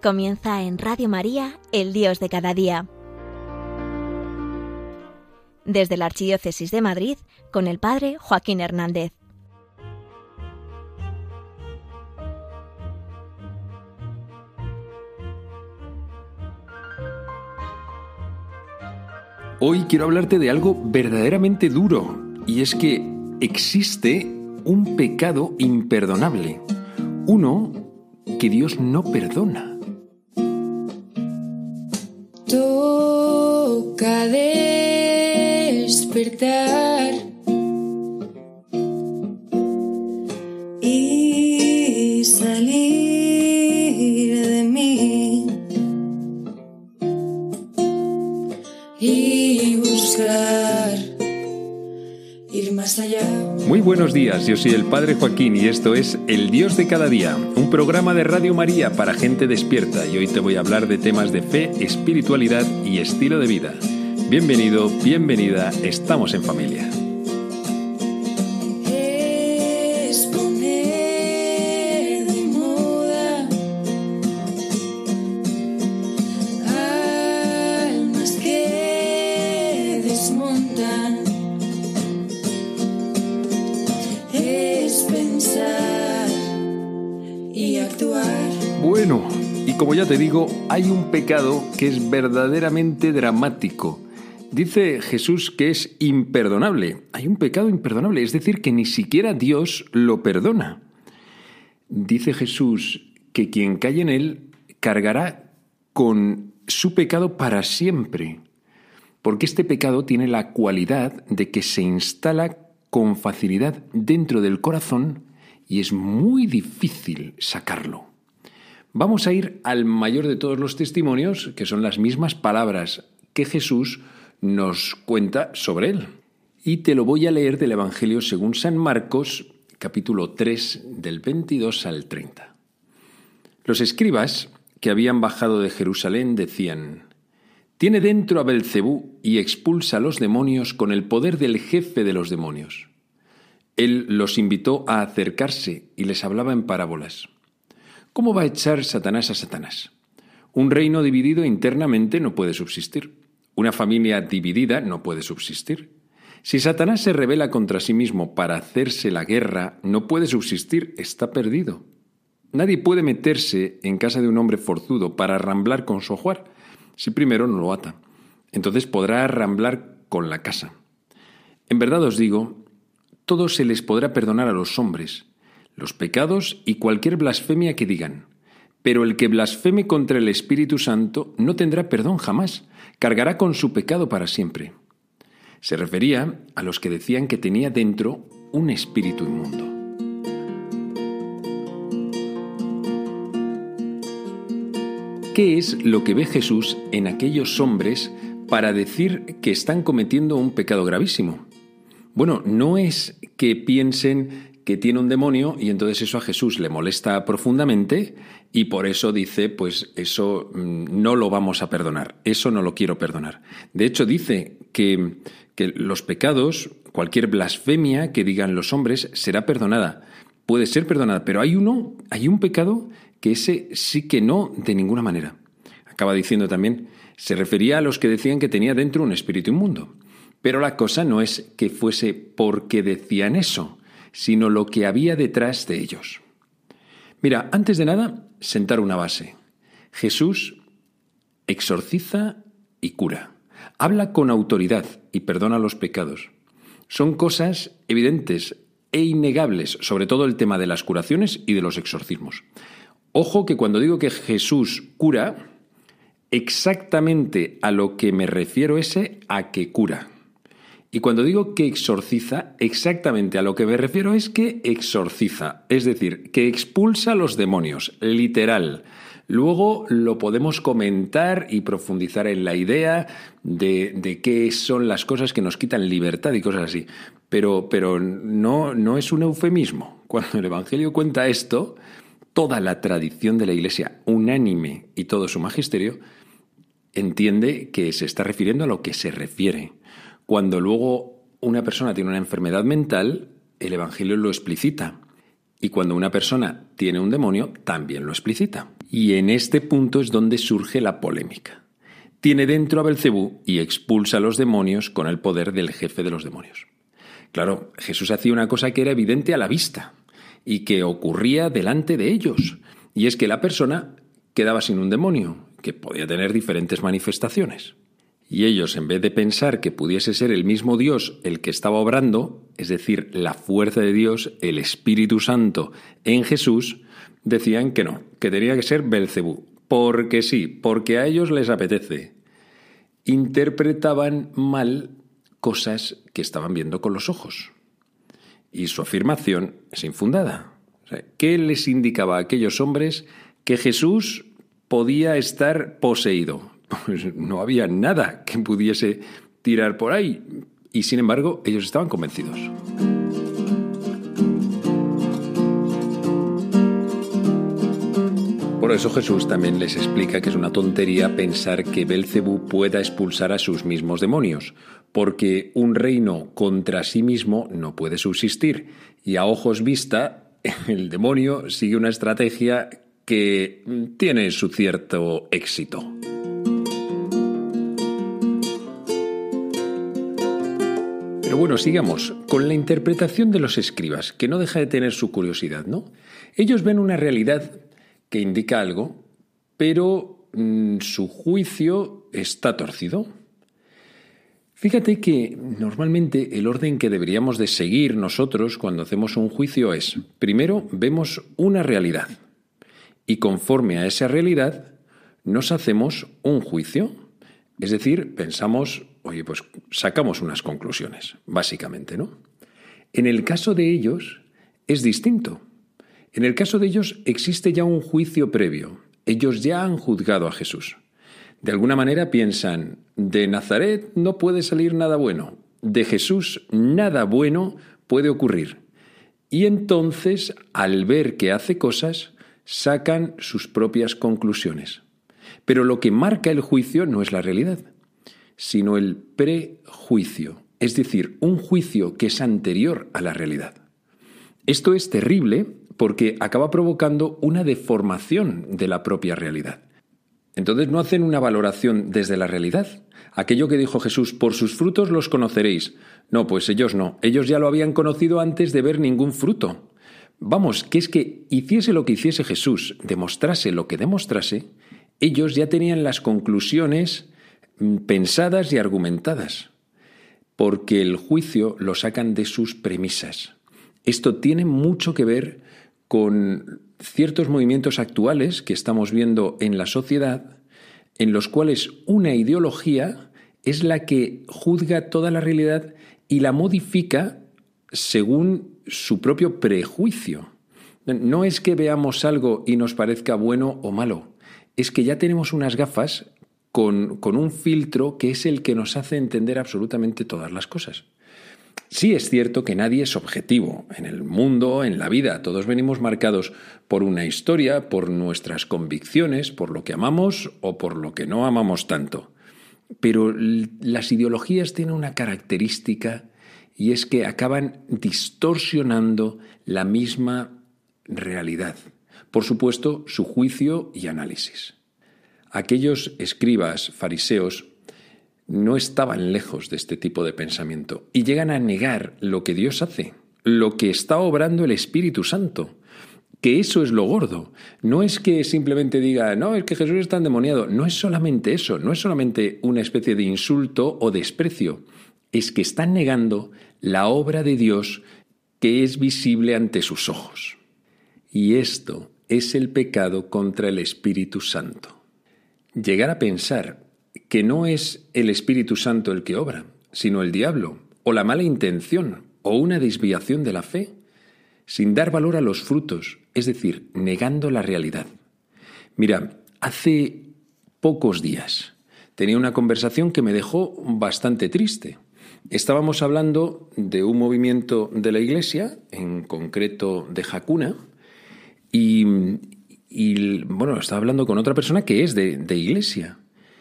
Comienza en Radio María, el Dios de cada día. Desde la Archidiócesis de Madrid, con el Padre Joaquín Hernández. Hoy quiero hablarte de algo verdaderamente duro, y es que existe un pecado imperdonable, uno que Dios no perdona. Toca despertar y salir de mí y buscar ir más allá. Muy buenos días, yo soy el Padre Joaquín y esto es El Dios de cada día, un programa de Radio María para gente despierta, y hoy te voy a hablar de temas de fe, espiritualidad y estilo de vida. Bienvenido, bienvenida, estamos en familia. Es poner de moda almas que desmontan. Es pensar y actuar. Bueno, y como ya te digo, hay un pecado que es verdaderamente dramático. Dice Jesús que es imperdonable. Hay un pecado imperdonable, es decir, que ni siquiera Dios lo perdona. Dice Jesús que quien cae en él cargará con su pecado para siempre, porque este pecado tiene la cualidad de que se instala con facilidad dentro del corazón y es muy difícil sacarlo. Vamos a ir al mayor de todos los testimonios, que son las mismas palabras que Jesús nos cuenta sobre él. Y te lo voy a leer del Evangelio según San Marcos, capítulo 3, del 22 al 30. Los escribas que habían bajado de Jerusalén decían: «Tiene dentro a Belcebú y expulsa a los demonios con el poder del jefe de los demonios». Él los invitó a acercarse y les hablaba en parábolas. ¿Cómo va a echar Satanás a Satanás? Un reino dividido internamente no puede subsistir. Una familia dividida no puede subsistir. Si Satanás se rebela contra sí mismo para hacerse la guerra, no puede subsistir, está perdido. Nadie puede meterse en casa de un hombre forzudo para arramblar con su ajuar, si primero no lo ata. Entonces podrá arramblar con la casa. En verdad os digo, todo se les podrá perdonar a los hombres, los pecados y cualquier blasfemia que digan. Pero el que blasfeme contra el Espíritu Santo no tendrá perdón jamás, cargará con su pecado para siempre. Se refería a los que decían que tenía dentro un espíritu inmundo. ¿Qué es lo que ve Jesús en aquellos hombres para decir que están cometiendo un pecado gravísimo? Bueno, no es que piensen que tiene un demonio y entonces eso a Jesús le molesta profundamente y por eso dice, pues eso no lo vamos a perdonar, eso no lo quiero perdonar. De hecho dice que los pecados, cualquier blasfemia que digan los hombres será perdonada, puede ser perdonada, pero hay un pecado que ese sí que no, de ninguna manera. Acaba diciendo también, se refería a los que decían que tenía dentro un espíritu inmundo, pero la cosa no es que fuese porque decían eso, sino lo que había detrás de ellos. Mira, antes de nada, sentar una base. Jesús exorciza y cura. Habla con autoridad y perdona los pecados. Son cosas evidentes e innegables, sobre todo el tema de las curaciones y de los exorcismos. Ojo que cuando digo que Jesús cura, exactamente a lo que me refiero es a que cura. Y cuando digo que exorciza, exactamente a lo que me refiero es que exorciza, es decir, que expulsa a los demonios, literal. Luego lo podemos comentar y profundizar en la idea de qué son las cosas que nos quitan libertad y cosas así. Pero no es un eufemismo. Cuando el Evangelio cuenta esto, toda la tradición de la Iglesia, unánime y todo su magisterio, entiende que se está refiriendo a lo que se refiere. Cuando luego una persona tiene una enfermedad mental, el Evangelio lo explicita. Y cuando una persona tiene un demonio, también lo explicita. Y en este punto es donde surge la polémica. Tiene dentro a Belcebú y expulsa a los demonios con el poder del jefe de los demonios. Claro, Jesús hacía una cosa que era evidente a la vista y que ocurría delante de ellos. Y es que la persona quedaba sin un demonio, que podía tener diferentes manifestaciones. Y ellos, en vez de pensar que pudiese ser el mismo Dios el que estaba obrando, es decir, la fuerza de Dios, el Espíritu Santo en Jesús, decían que no, que tenía que ser Belcebú, porque sí, porque a ellos les apetece. Interpretaban mal cosas que estaban viendo con los ojos. Y su afirmación es infundada. O sea, ¿qué les indicaba a aquellos hombres que Jesús podía estar poseído? Pues no había nada que pudiese tirar por ahí. Y sin embargo, ellos estaban convencidos. Por eso Jesús también les explica que es una tontería pensar que Belcebú pueda expulsar a sus mismos demonios, porque un reino contra sí mismo no puede subsistir, y a ojos vista el demonio sigue una estrategia que tiene su cierto éxito. Pero bueno, sigamos con la interpretación de los escribas, que no deja de tener su curiosidad, ¿no? Ellos ven una realidad que indica algo, pero su juicio está torcido. Fíjate que normalmente el orden que deberíamos de seguir nosotros cuando hacemos un juicio es, primero vemos una realidad y conforme a esa realidad nos hacemos un juicio. Es decir, pensamos, oye, pues sacamos unas conclusiones, básicamente, ¿no? En el caso de ellos es distinto. En el caso de ellos existe ya un juicio previo. Ellos ya han juzgado a Jesús. De alguna manera piensan, de Nazaret no puede salir nada bueno, de Jesús nada bueno puede ocurrir. Y entonces, al ver que hace cosas, sacan sus propias conclusiones. Pero lo que marca el juicio no es la realidad, sino el prejuicio, es decir, un juicio que es anterior a la realidad. Esto es terrible porque acaba provocando una deformación de la propia realidad. Entonces no hacen una valoración desde la realidad. Aquello que dijo Jesús, por sus frutos los conoceréis. No, pues ellos no. Ellos ya lo habían conocido antes de ver ningún fruto. Vamos, que es que hiciese lo que hiciese Jesús, demostrase lo que demostrase, ellos ya tenían las conclusiones pensadas y argumentadas, porque el juicio lo sacan de sus premisas. Esto tiene mucho que ver con ciertos movimientos actuales que estamos viendo en la sociedad, en los cuales una ideología es la que juzga toda la realidad y la modifica según su propio prejuicio. No es que veamos algo y nos parezca bueno o malo, es que ya tenemos unas gafas con un filtro que es el que nos hace entender absolutamente todas las cosas. Sí es cierto que nadie es objetivo en el mundo, en la vida. Todos venimos marcados por una historia, por nuestras convicciones, por lo que amamos o por lo que no amamos tanto. Pero las ideologías tienen una característica y es que acaban distorsionando la misma realidad. Por supuesto, su juicio y análisis. Aquellos escribas, fariseos, no estaban lejos de este tipo de pensamiento y llegan a negar lo que Dios hace, lo que está obrando el Espíritu Santo, que eso es lo gordo. No es que simplemente diga, no, es que Jesús está endemoniado. No es solamente eso, no es solamente una especie de insulto o desprecio, es que están negando la obra de Dios que es visible ante sus ojos. Y esto es el pecado contra el Espíritu Santo. Llegar a pensar que no es el Espíritu Santo el que obra, sino el diablo, o la mala intención, o una desviación de la fe, sin dar valor a los frutos, es decir, negando la realidad. Mira, hace pocos días tenía una conversación que me dejó bastante triste. Estábamos hablando de un movimiento de la Iglesia, en concreto de Hakuna, y bueno, estaba hablando con otra persona que es de Iglesia.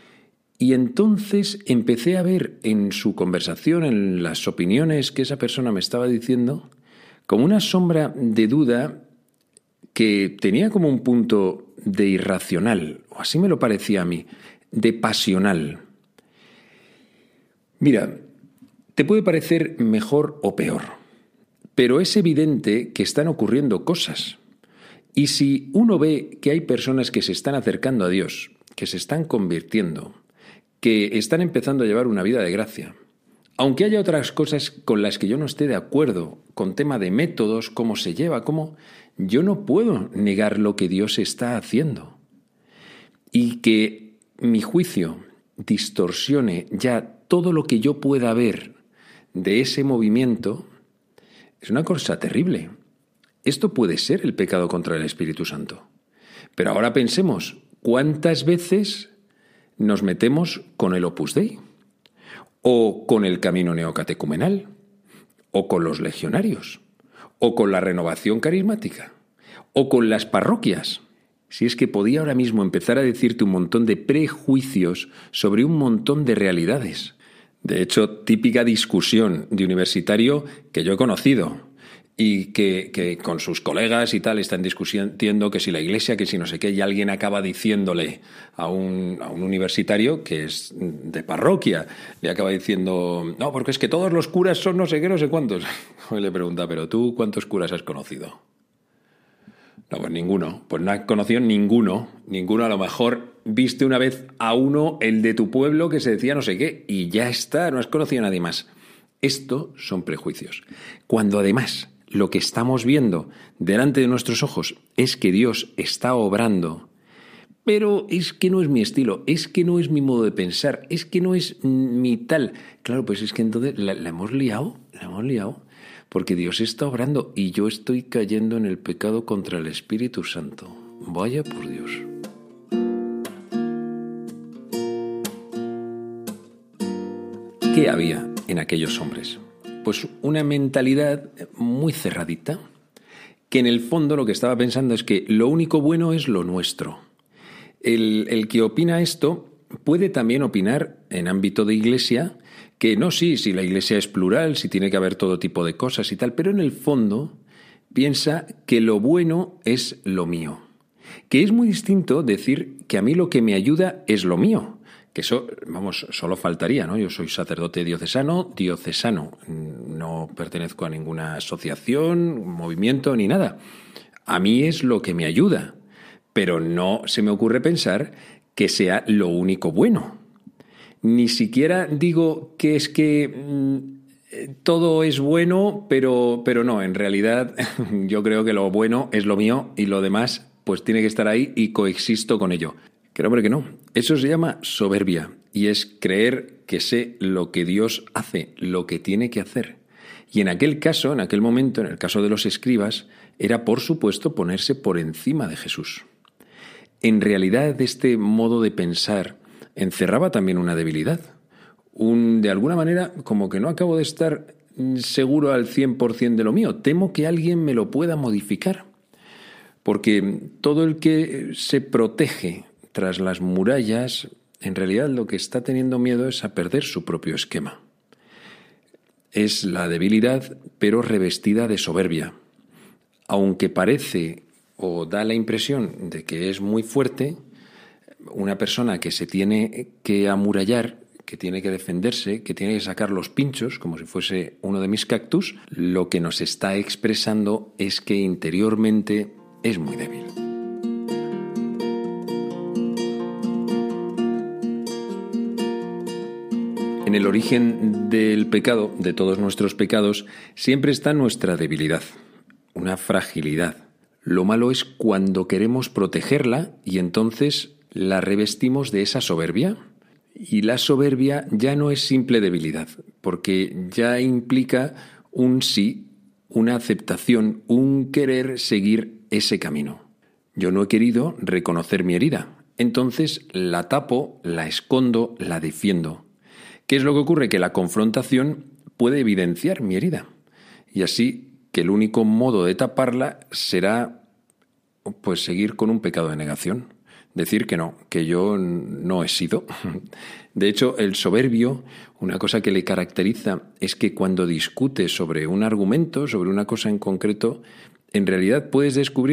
Y entonces empecé a ver en su conversación, en las opiniones que esa persona me estaba diciendo, como una sombra de duda que tenía como un punto de irracional, o así me lo parecía a mí, de pasional. Mira, te puede parecer mejor o peor, pero es evidente que están ocurriendo cosas. Y si uno ve que hay personas que se están acercando a Dios, que se están convirtiendo, que están empezando a llevar una vida de gracia, aunque haya otras cosas con las que yo no esté de acuerdo, con tema de métodos, cómo se lleva, yo no puedo negar lo que Dios está haciendo. Y que mi juicio distorsione ya todo lo que yo pueda ver de ese movimiento es una cosa terrible. Esto puede ser el pecado contra el Espíritu Santo. Pero ahora pensemos, ¿cuántas veces nos metemos con el Opus Dei? ¿O con el camino neocatecumenal? ¿O con los legionarios? ¿O con la renovación carismática? ¿O con las parroquias? Si es que podía ahora mismo empezar a decirte un montón de prejuicios sobre un montón de realidades. De hecho, típica discusión de universitario que yo he conocido y que con sus colegas y tal están discutiendo que si la Iglesia, que si no sé qué, y alguien acaba diciéndole a un universitario que es de parroquia, le acaba diciendo, no, porque es que todos los curas son no sé qué, no sé cuántos. Y le pregunta, pero tú, ¿cuántos curas has conocido? No, pues ninguno. Pues no has conocido ninguno. A lo mejor viste una vez a uno, el de tu pueblo, que se decía no sé qué, y ya está, no has conocido a nadie más. Esto son prejuicios. Cuando además lo que estamos viendo delante de nuestros ojos es que Dios está obrando, pero es que no es mi estilo, es que no es mi modo de pensar, es que no es mi tal. Claro, pues es que entonces la hemos liado, porque Dios está obrando y yo estoy cayendo en el pecado contra el Espíritu Santo. Vaya por Dios. ¿Qué había en aquellos hombres? Pues una mentalidad muy cerradita, que en el fondo lo que estaba pensando es que lo único bueno es lo nuestro. El que opina esto puede también opinar en ámbito de iglesia que no, sí, si la iglesia es plural, si tiene que haber todo tipo de cosas y tal, pero en el fondo piensa que lo bueno es lo mío. Que es muy distinto decir que a mí lo que me ayuda es lo mío. Que eso, vamos, solo faltaría, ¿no? Yo soy sacerdote diocesano, no pertenezco a ninguna asociación, movimiento ni nada. A mí es lo que me ayuda, pero no se me ocurre pensar que sea lo único bueno. Ni siquiera digo que es que todo es bueno, pero no, en realidad yo creo que lo bueno es lo mío y lo demás pues tiene que estar ahí y coexisto con ello. Que hombre, que no. Eso se llama soberbia y es creer que sé lo que Dios hace, lo que tiene que hacer. Y en aquel caso, en aquel momento, en el caso de los escribas, era por supuesto ponerse por encima de Jesús. En realidad, este modo de pensar encerraba también una debilidad. De alguna manera, como que no acabo de estar seguro al 100% de lo mío. Temo que alguien me lo pueda modificar. Porque todo el que se protege tras las murallas, en realidad lo que está teniendo miedo es a perder su propio esquema. Es la debilidad, pero revestida de soberbia. Aunque parece o da la impresión de que es muy fuerte, una persona que se tiene que amurallar, que tiene que defenderse, que tiene que sacar los pinchos, como si fuese uno de mis cactus, lo que nos está expresando es que interiormente es muy débil. En el origen del pecado, de todos nuestros pecados, siempre está nuestra debilidad, una fragilidad. Lo malo es cuando queremos protegerla y entonces la revestimos de esa soberbia. Y la soberbia ya no es simple debilidad, porque ya implica un sí, una aceptación, un querer seguir ese camino. Yo no he querido reconocer mi herida, entonces la tapo, la escondo, la defiendo. ¿Qué es lo que ocurre? Que la confrontación puede evidenciar mi herida. Y así que el único modo de taparla será pues seguir con un pecado de negación. Decir que no, que yo no he sido. De hecho, el soberbio, una cosa que le caracteriza es que cuando discute sobre un argumento, sobre una cosa en concreto, en realidad puedes descubrir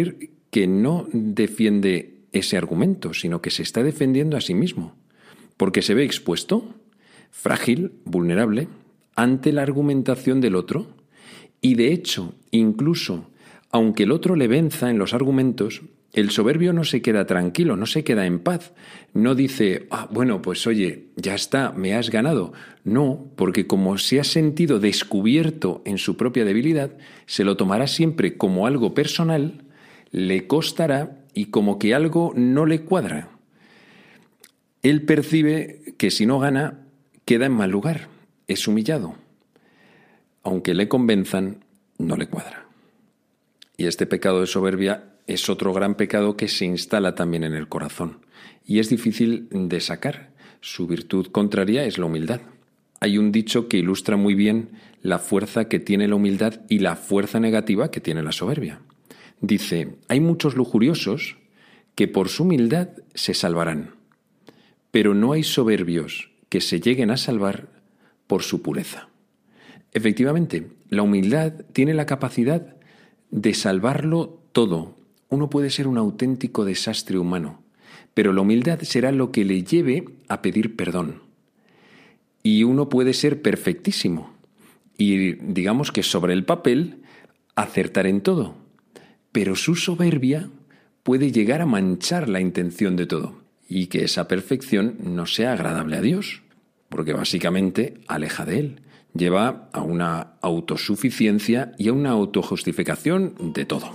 que no defiende ese argumento, sino que se está defendiendo a sí mismo, porque se ve expuesto, frágil, vulnerable, ante la argumentación del otro, y de hecho, incluso, aunque el otro le venza en los argumentos, el soberbio no se queda tranquilo, no se queda en paz. No dice, bueno, pues oye, ya está, me has ganado. No, porque como se ha sentido descubierto en su propia debilidad, se lo tomará siempre como algo personal, le costará y como que algo no le cuadra. Él percibe que si no gana, queda en mal lugar, es humillado. Aunque le convenzan, no le cuadra. Y este pecado de soberbia es otro gran pecado que se instala también en el corazón y es difícil de sacar. Su virtud contraria es la humildad. Hay un dicho que ilustra muy bien la fuerza que tiene la humildad y la fuerza negativa que tiene la soberbia. Dice, hay muchos lujuriosos que por su humildad se salvarán, pero no hay soberbios que se lleguen a salvar por su pureza. Efectivamente, la humildad tiene la capacidad de salvarlo todo. Uno puede ser un auténtico desastre humano, pero la humildad será lo que le lleve a pedir perdón. Y uno puede ser perfectísimo y, digamos que sobre el papel, acertar en todo, pero su soberbia puede llegar a manchar la intención de todo y que esa perfección no sea agradable a Dios, porque básicamente aleja de Él, lleva a una autosuficiencia y a una autojustificación de todo.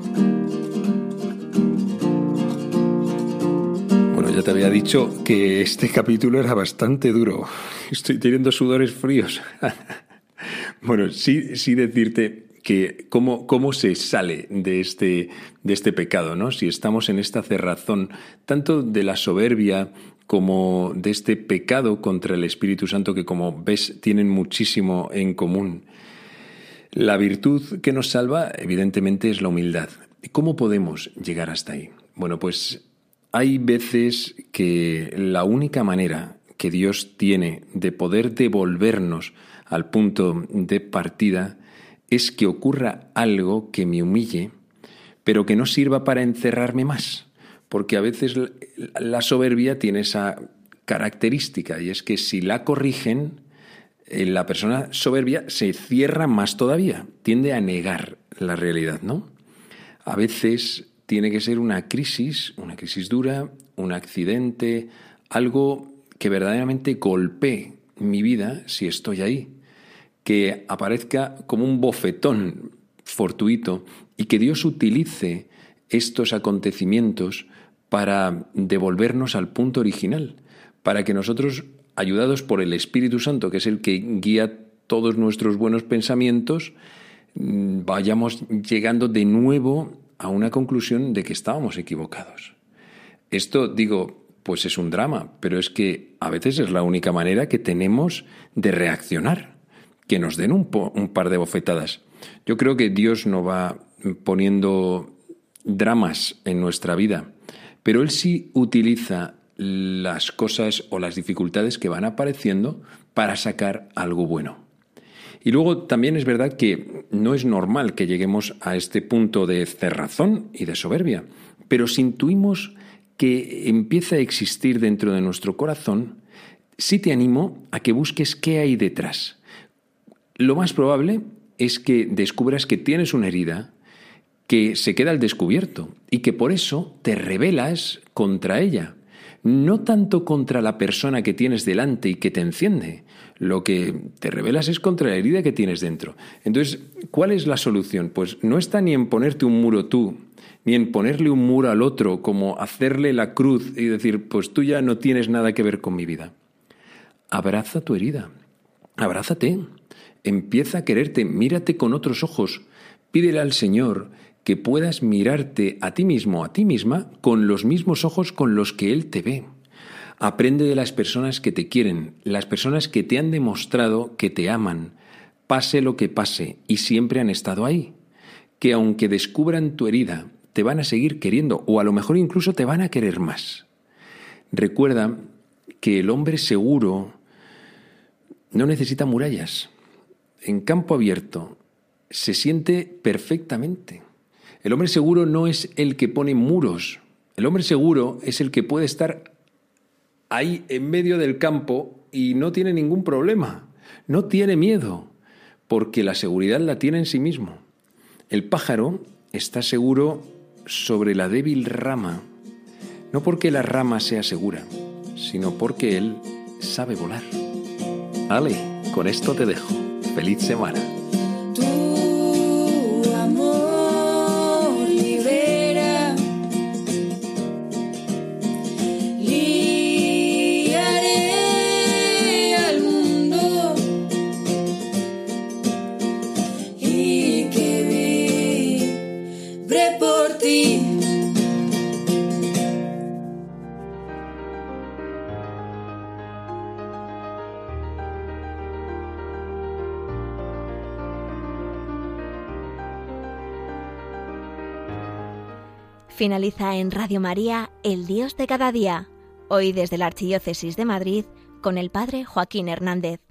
Ya te había dicho que este capítulo era bastante duro. Estoy teniendo sudores fríos. Bueno, sí decirte que cómo se sale de este pecado, ¿no? Si estamos en esta cerrazón, tanto de la soberbia como de este pecado contra el Espíritu Santo, que como ves tienen muchísimo en común. La virtud que nos salva, evidentemente, es la humildad. ¿Cómo podemos llegar hasta ahí? Bueno, pues hay veces que la única manera que Dios tiene de poder devolvernos al punto de partida es que ocurra algo que me humille, pero que no sirva para encerrarme más, porque a veces la soberbia tiene esa característica y es que si la corrigen, la persona soberbia se cierra más todavía, tiende a negar la realidad, ¿no? A veces tiene que ser una crisis dura, un accidente, algo que verdaderamente golpee mi vida si estoy ahí, que aparezca como un bofetón fortuito y que Dios utilice estos acontecimientos para devolvernos al punto original, para que nosotros, ayudados por el Espíritu Santo, que es el que guía todos nuestros buenos pensamientos, vayamos llegando de nuevo a una conclusión de que estábamos equivocados. Esto, digo, pues es un drama, pero es que a veces es la única manera que tenemos de reaccionar, que nos den un par de bofetadas. Yo creo que Dios no va poniendo dramas en nuestra vida, pero Él sí utiliza las cosas o las dificultades que van apareciendo para sacar algo bueno. Y luego también es verdad que no es normal que lleguemos a este punto de cerrazón y de soberbia, pero si intuimos que empieza a existir dentro de nuestro corazón, sí te animo a que busques qué hay detrás. Lo más probable es que descubras que tienes una herida que se queda al descubierto y que por eso te rebelas contra ella. No tanto contra la persona que tienes delante y que te enciende. Lo que te rebelas es contra la herida que tienes dentro. Entonces, ¿cuál es la solución? Pues no está ni en ponerte un muro tú, ni en ponerle un muro al otro, como hacerle la cruz y decir, pues tú ya no tienes nada que ver con mi vida. Abraza tu herida, abrázate, empieza a quererte, mírate con otros ojos, pídele al Señor que puedas mirarte a ti mismo, a ti misma, con los mismos ojos con los que Él te ve. Aprende de las personas que te quieren, las personas que te han demostrado que te aman, pase lo que pase, y siempre han estado ahí. Que aunque descubran tu herida, te van a seguir queriendo, o a lo mejor incluso te van a querer más. Recuerda que el hombre seguro no necesita murallas. En campo abierto se siente perfectamente. El hombre seguro no es el que pone muros. El hombre seguro es el que puede estar ahí en medio del campo y no tiene ningún problema. No tiene miedo, porque la seguridad la tiene en sí mismo. El pájaro está seguro sobre la débil rama, no porque la rama sea segura, sino porque él sabe volar. Ale, con esto te dejo. ¡Feliz semana! Tu amor libera, liaré al mundo y que vibré por ti. Finaliza en Radio María, El Dios de cada día, hoy desde la Archidiócesis de Madrid, con el Padre Joaquín Hernández.